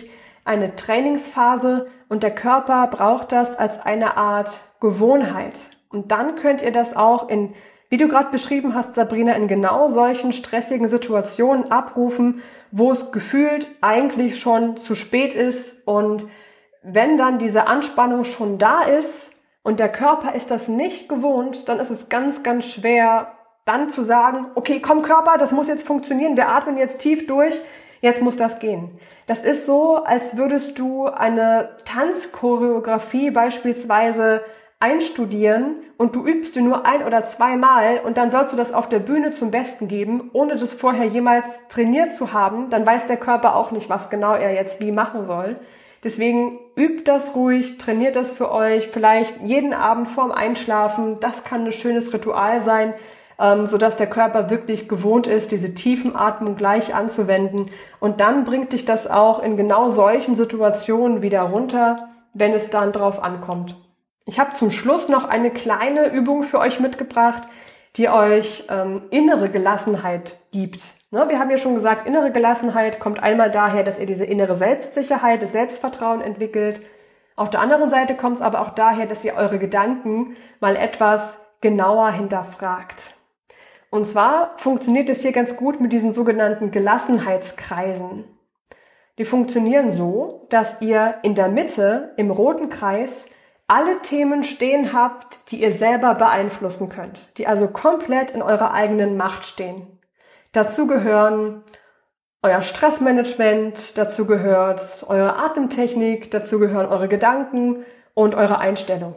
eine Trainingsphase und der Körper braucht das als eine Art Gewohnheit. Und dann könnt ihr das auch wie du gerade beschrieben hast, Sabrina, in genau solchen stressigen Situationen abrufen, wo es gefühlt eigentlich schon zu spät ist. Und wenn dann diese Anspannung schon da ist und der Körper ist das nicht gewohnt, dann ist es ganz, ganz schwer, dann zu sagen, okay, komm Körper, das muss jetzt funktionieren, wir atmen jetzt tief durch, jetzt muss das gehen. Das ist so, als würdest du eine Tanzchoreografie beispielsweise einstudieren und du übst du nur 1 oder 2 Mal und dann sollst du das auf der Bühne zum Besten geben, ohne das vorher jemals trainiert zu haben, dann weiß der Körper auch nicht, was genau er jetzt wie machen soll. Deswegen übt das ruhig, trainiert das für euch, vielleicht jeden Abend vorm Einschlafen. Das kann ein schönes Ritual sein, sodass der Körper wirklich gewohnt ist, diese Tiefenatmung gleich anzuwenden. Und dann bringt dich das auch in genau solchen Situationen wieder runter, wenn es dann drauf ankommt. Ich habe zum Schluss noch eine kleine Übung für euch mitgebracht, die euch innere Gelassenheit gibt. Ne? Wir haben ja schon gesagt, innere Gelassenheit kommt einmal daher, dass ihr diese innere Selbstsicherheit, das Selbstvertrauen entwickelt. Auf der anderen Seite kommt es aber auch daher, dass ihr eure Gedanken mal etwas genauer hinterfragt. Und zwar funktioniert es hier ganz gut mit diesen sogenannten Gelassenheitskreisen. Die funktionieren so, dass ihr in der Mitte, im roten Kreis, alle Themen stehen habt, die ihr selber beeinflussen könnt, die also komplett in eurer eigenen Macht stehen. Dazu gehören euer Stressmanagement, dazu gehört eure Atemtechnik, dazu gehören eure Gedanken und eure Einstellung.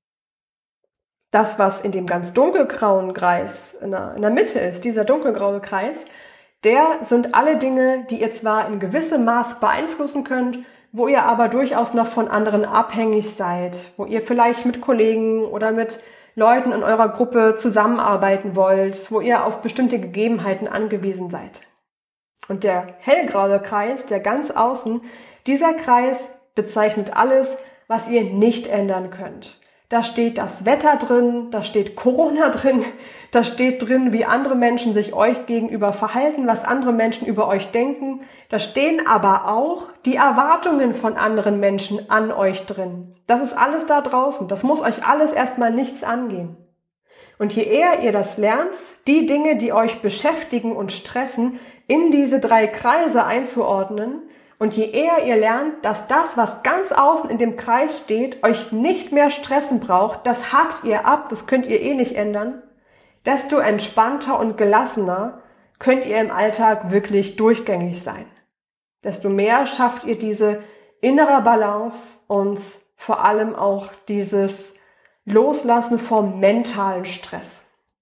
Das, was in dem ganz dunkelgrauen Kreis in der Mitte ist, dieser dunkelgraue Kreis, der sind alle Dinge, die ihr zwar in gewissem Maß beeinflussen könnt, wo ihr aber durchaus noch von anderen abhängig seid, wo ihr vielleicht mit Kollegen oder mit Leuten in eurer Gruppe zusammenarbeiten wollt, wo ihr auf bestimmte Gegebenheiten angewiesen seid. Und der hellgraue Kreis, der ganz außen, dieser Kreis bezeichnet alles, was ihr nicht ändern könnt. Da steht das Wetter drin, da steht Corona drin, da steht drin, wie andere Menschen sich euch gegenüber verhalten, was andere Menschen über euch denken. Da stehen aber auch die Erwartungen von anderen Menschen an euch drin. Das ist alles da draußen. Das muss euch alles erstmal nichts angehen. Und je eher ihr das lernt, die Dinge, die euch beschäftigen und stressen, in diese 3 Kreise einzuordnen, und je eher ihr lernt, dass das, was ganz außen in dem Kreis steht, euch nicht mehr stressen braucht, das hakt ihr ab, das könnt ihr eh nicht ändern, desto entspannter und gelassener könnt ihr im Alltag wirklich durchgängig sein. Desto mehr schafft ihr diese innere Balance und vor allem auch dieses Loslassen vom mentalen Stress.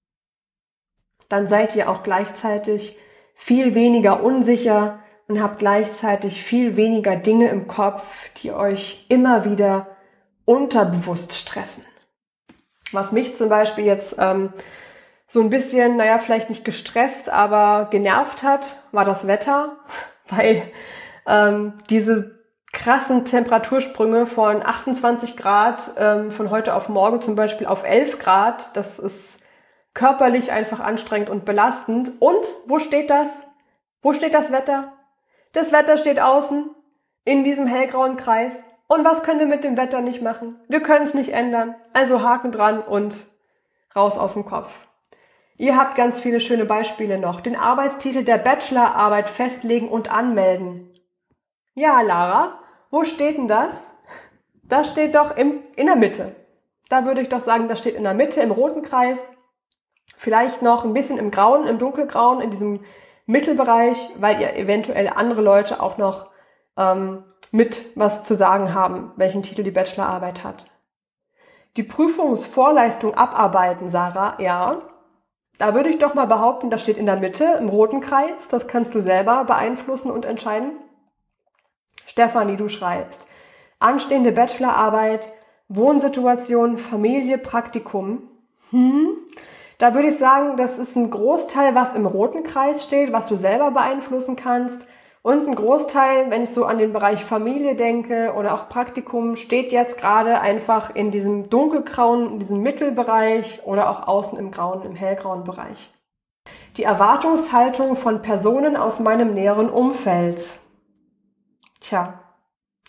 Dann seid ihr auch gleichzeitig viel weniger unsicher und habt gleichzeitig viel weniger Dinge im Kopf, die euch immer wieder unterbewusst stressen. Was mich zum Beispiel jetzt so ein bisschen, vielleicht nicht gestresst, aber genervt hat, war das Wetter, weil diese krassen Temperatursprünge von 28 Grad von heute auf morgen zum Beispiel auf 11 Grad, das ist körperlich einfach anstrengend und belastend. Und wo steht das? Wo steht das Wetter? Das Wetter steht außen, in diesem hellgrauen Kreis. Und was können wir mit dem Wetter nicht machen? Wir können es nicht ändern. Also Haken dran und raus aus dem Kopf. Ihr habt ganz viele schöne Beispiele noch. Den Arbeitstitel der Bachelorarbeit festlegen und anmelden. Ja, Lara, wo steht denn das? Das steht doch in der Mitte. Da würde ich doch sagen, das steht in der Mitte, im roten Kreis. Vielleicht noch ein bisschen im Grauen, im Dunkelgrauen, in diesem Mittelbereich, weil ihr eventuell andere Leute auch noch mit was zu sagen haben, welchen Titel die Bachelorarbeit hat. Die Prüfungsvorleistung abarbeiten, Sarah, ja. Da würde ich doch mal behaupten, das steht in der Mitte, im roten Kreis. Das kannst du selber beeinflussen und entscheiden. Stefanie, du schreibst: anstehende Bachelorarbeit, Wohnsituation, Familie, Praktikum. Da würde ich sagen, das ist ein Großteil, was im roten Kreis steht, was du selber beeinflussen kannst. Und ein Großteil, wenn ich so an den Bereich Familie denke oder auch Praktikum, steht jetzt gerade einfach in diesem dunkelgrauen, in diesem Mittelbereich oder auch außen im grauen, im hellgrauen Bereich. Die Erwartungshaltung von Personen aus meinem näheren Umfeld. Tja,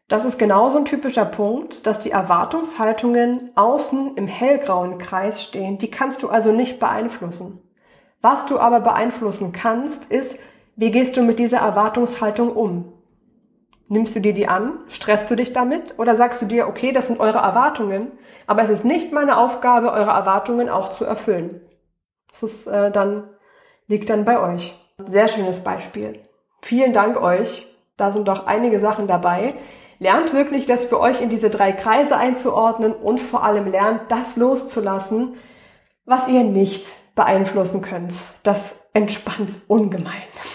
Das ist genauso ein typischer Punkt, dass die Erwartungshaltungen außen im hellgrauen Kreis stehen. Die kannst du also nicht beeinflussen. Was du aber beeinflussen kannst, ist, wie gehst du mit dieser Erwartungshaltung um? Nimmst du dir die an? Stresst du dich damit? Oder sagst du dir, okay, das sind eure Erwartungen, aber es ist nicht meine Aufgabe, eure Erwartungen auch zu erfüllen. Das ist, liegt dann bei euch. Sehr schönes Beispiel. Vielen Dank euch. Da sind doch einige Sachen dabei. Lernt wirklich, das für euch in diese 3 Kreise einzuordnen und vor allem lernt, das loszulassen, was ihr nicht beeinflussen könnt. Das entspannt ungemein.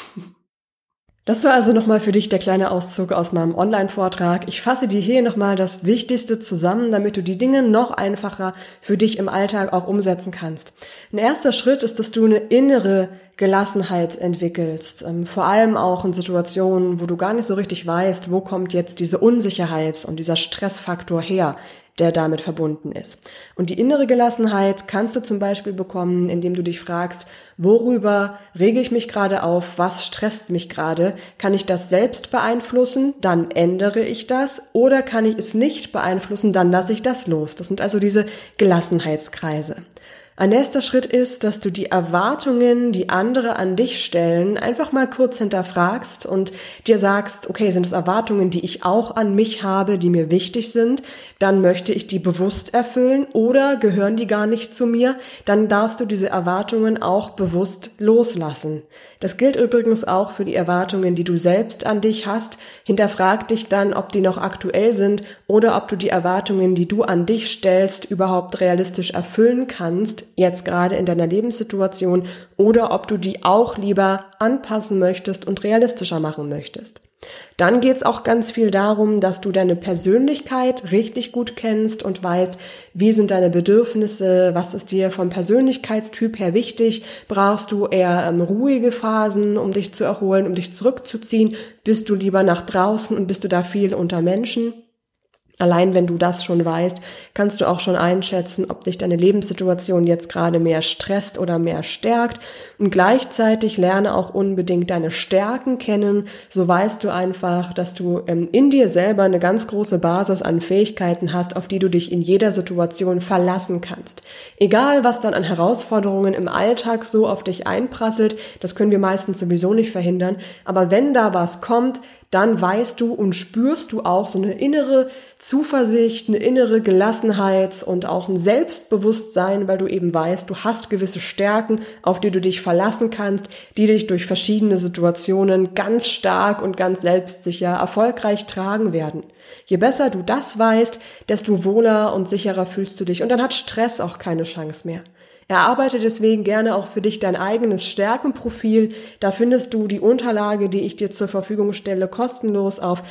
Das war also nochmal für dich der kleine Auszug aus meinem Online-Vortrag. Ich fasse dir hier nochmal das Wichtigste zusammen, damit du die Dinge noch einfacher für dich im Alltag auch umsetzen kannst. Ein erster Schritt ist, dass du eine innere Gelassenheit entwickelst. Vor allem auch in Situationen, wo du gar nicht so richtig weißt, wo kommt jetzt diese Unsicherheit und dieser Stressfaktor her, der damit verbunden ist. Und die innere Gelassenheit kannst du zum Beispiel bekommen, indem du dich fragst, worüber rege ich mich gerade auf, was stresst mich gerade, kann ich das selbst beeinflussen, dann ändere ich das, oder kann ich es nicht beeinflussen, dann lasse ich das los. Das sind also diese Gelassenheitskreise. Ein nächster Schritt ist, dass du die Erwartungen, die andere an dich stellen, einfach mal kurz hinterfragst und dir sagst, okay, sind es Erwartungen, die ich auch an mich habe, die mir wichtig sind, dann möchte ich die bewusst erfüllen, oder gehören die gar nicht zu mir, dann darfst du diese Erwartungen auch bewusst loslassen. Das gilt übrigens auch für die Erwartungen, die du selbst an dich hast. Hinterfrag dich dann, ob die noch aktuell sind oder ob du die Erwartungen, die du an dich stellst, überhaupt realistisch erfüllen kannst, jetzt gerade in deiner Lebenssituation, oder ob du die auch lieber anpassen möchtest und realistischer machen möchtest. Dann geht's auch ganz viel darum, dass du deine Persönlichkeit richtig gut kennst und weißt, wie sind deine Bedürfnisse, was ist dir vom Persönlichkeitstyp her wichtig, brauchst du eher ruhige Phasen, um dich zu erholen, um dich zurückzuziehen, bist du lieber nach draußen und bist du da viel unter Menschen? Allein wenn du das schon weißt, kannst du auch schon einschätzen, ob dich deine Lebenssituation jetzt gerade mehr stresst oder mehr stärkt. Und gleichzeitig lerne auch unbedingt deine Stärken kennen. So weißt du einfach, dass du in dir selber eine ganz große Basis an Fähigkeiten hast, auf die du dich in jeder Situation verlassen kannst. Egal, was dann an Herausforderungen im Alltag so auf dich einprasselt, das können wir meistens sowieso nicht verhindern. Aber wenn da was kommt, dann weißt du und spürst du auch so eine innere Zuversicht, eine innere Gelassenheit und auch ein Selbstbewusstsein, weil du eben weißt, du hast gewisse Stärken, auf die du dich verlassen kannst, die dich durch verschiedene Situationen ganz stark und ganz selbstsicher erfolgreich tragen werden. Je besser du das weißt, desto wohler und sicherer fühlst du dich, und dann hat Stress auch keine Chance mehr. Erarbeite deswegen gerne auch für dich dein eigenes Stärkenprofil. Da findest du die Unterlage, die ich dir zur Verfügung stelle, kostenlos auf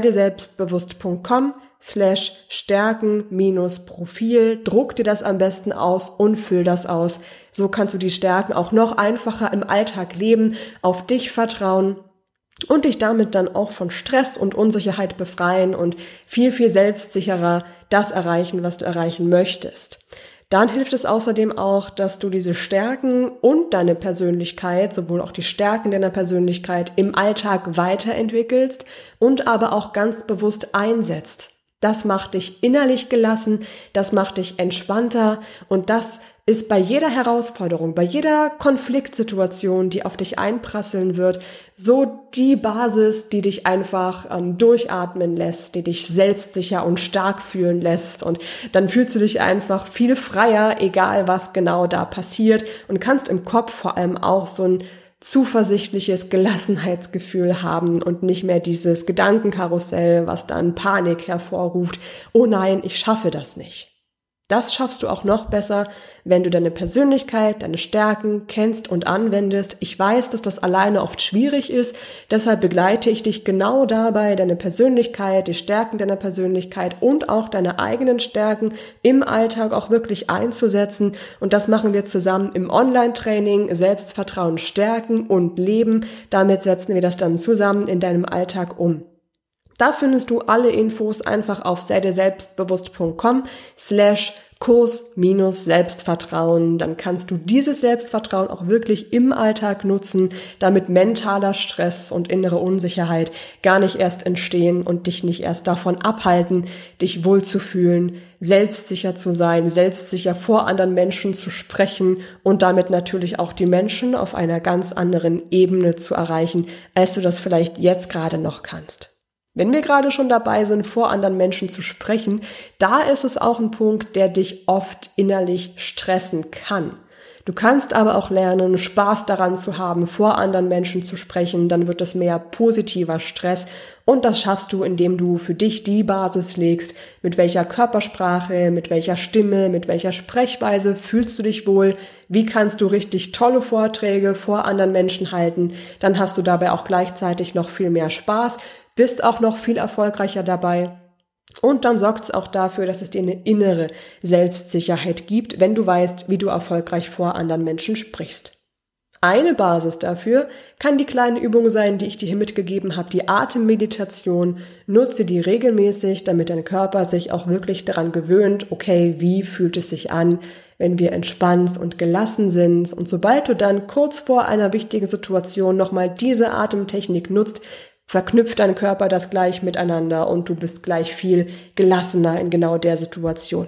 seidirselbstbewusst.com/Stärken-Profil. Druck dir das am besten aus und füll das aus. So kannst du die Stärken auch noch einfacher im Alltag leben, auf dich vertrauen und dich damit dann auch von Stress und Unsicherheit befreien und viel, viel selbstsicherer das erreichen, was du erreichen möchtest. Dann hilft es außerdem auch, dass du diese Stärken und deine Persönlichkeit, sowohl auch die Stärken deiner Persönlichkeit im Alltag weiterentwickelst und aber auch ganz bewusst einsetzt. Das macht dich innerlich gelassen, das macht dich entspannter, und das ist bei jeder Herausforderung, bei jeder Konfliktsituation, die auf dich einprasseln wird, so die Basis, die dich einfach durchatmen lässt, die dich selbstsicher und stark fühlen lässt, und dann fühlst du dich einfach viel freier, egal was genau da passiert, und kannst im Kopf vor allem auch so ein zuversichtliches Gelassenheitsgefühl haben und nicht mehr dieses Gedankenkarussell, was dann Panik hervorruft. Oh nein, ich schaffe das nicht. Das schaffst du auch noch besser, wenn du deine Persönlichkeit, deine Stärken kennst und anwendest. Ich weiß, dass das alleine oft schwierig ist, deshalb begleite ich dich genau dabei, deine Persönlichkeit, die Stärken deiner Persönlichkeit und auch deine eigenen Stärken im Alltag auch wirklich einzusetzen. Und das machen wir zusammen im Online-Training Selbstvertrauen stärken und leben. Damit setzen wir das dann zusammen in deinem Alltag um. Da findest du alle Infos einfach auf seidirselbstbewusst.com/ Kurs-Selbstvertrauen. Dann kannst du dieses Selbstvertrauen auch wirklich im Alltag nutzen, damit mentaler Stress und innere Unsicherheit gar nicht erst entstehen und dich nicht erst davon abhalten, dich wohlzufühlen, selbstsicher zu sein, selbstsicher vor anderen Menschen zu sprechen und damit natürlich auch die Menschen auf einer ganz anderen Ebene zu erreichen, als du das vielleicht jetzt gerade noch kannst. Wenn wir gerade schon dabei sind, vor anderen Menschen zu sprechen, da ist es auch ein Punkt, der dich oft innerlich stressen kann. Du kannst aber auch lernen, Spaß daran zu haben, vor anderen Menschen zu sprechen, dann wird es mehr positiver Stress und das schaffst du, indem du für dich die Basis legst, mit welcher Körpersprache, mit welcher Stimme, mit welcher Sprechweise fühlst du dich wohl, wie kannst du richtig tolle Vorträge vor anderen Menschen halten, dann hast du dabei auch gleichzeitig noch viel mehr Spaß, bist auch noch viel erfolgreicher dabei. Und dann sorgt es auch dafür, dass es dir eine innere Selbstsicherheit gibt, wenn du weißt, wie du erfolgreich vor anderen Menschen sprichst. Eine Basis dafür kann die kleine Übung sein, die ich dir hier mitgegeben habe, die Atemmeditation. Nutze die regelmäßig, damit dein Körper sich auch wirklich daran gewöhnt, okay, wie fühlt es sich an, wenn wir entspannt und gelassen sind. Und sobald du dann kurz vor einer wichtigen Situation nochmal diese Atemtechnik nutzt, verknüpft dein Körper das gleich miteinander und du bist gleich viel gelassener in genau der Situation.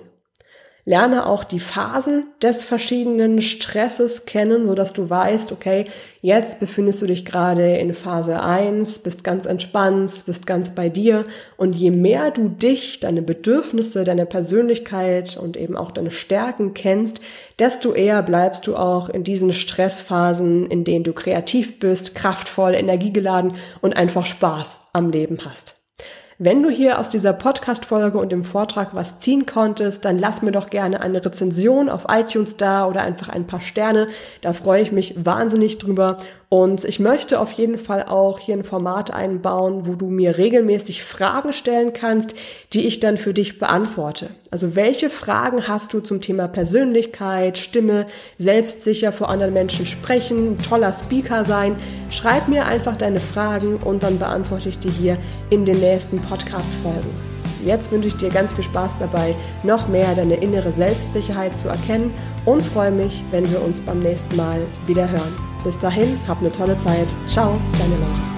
Lerne auch die Phasen des verschiedenen Stresses kennen, sodass du weißt, okay, jetzt befindest du dich gerade in Phase 1, bist ganz entspannt, bist ganz bei dir und je mehr du dich, deine Bedürfnisse, deine Persönlichkeit und eben auch deine Stärken kennst, desto eher bleibst du auch in diesen Stressphasen, in denen du kreativ bist, kraftvoll, energiegeladen und einfach Spaß am Leben hast. Wenn du hier aus dieser Podcast-Folge und dem Vortrag was ziehen konntest, dann lass mir doch gerne eine Rezension auf iTunes da oder einfach ein paar Sterne. Da freue ich mich wahnsinnig drüber. Und ich möchte auf jeden Fall auch hier ein Format einbauen, wo du mir regelmäßig Fragen stellen kannst, die ich dann für dich beantworte. Also welche Fragen hast du zum Thema Persönlichkeit, Stimme, selbstsicher vor anderen Menschen sprechen, toller Speaker sein? Schreib mir einfach deine Fragen und dann beantworte ich die hier in den nächsten Podcast-Folgen. Jetzt wünsche ich dir ganz viel Spaß dabei, noch mehr deine innere Selbstsicherheit zu erkennen und freue mich, wenn wir uns beim nächsten Mal wieder hören. Bis dahin, hab eine tolle Zeit. Ciao, deine Laura.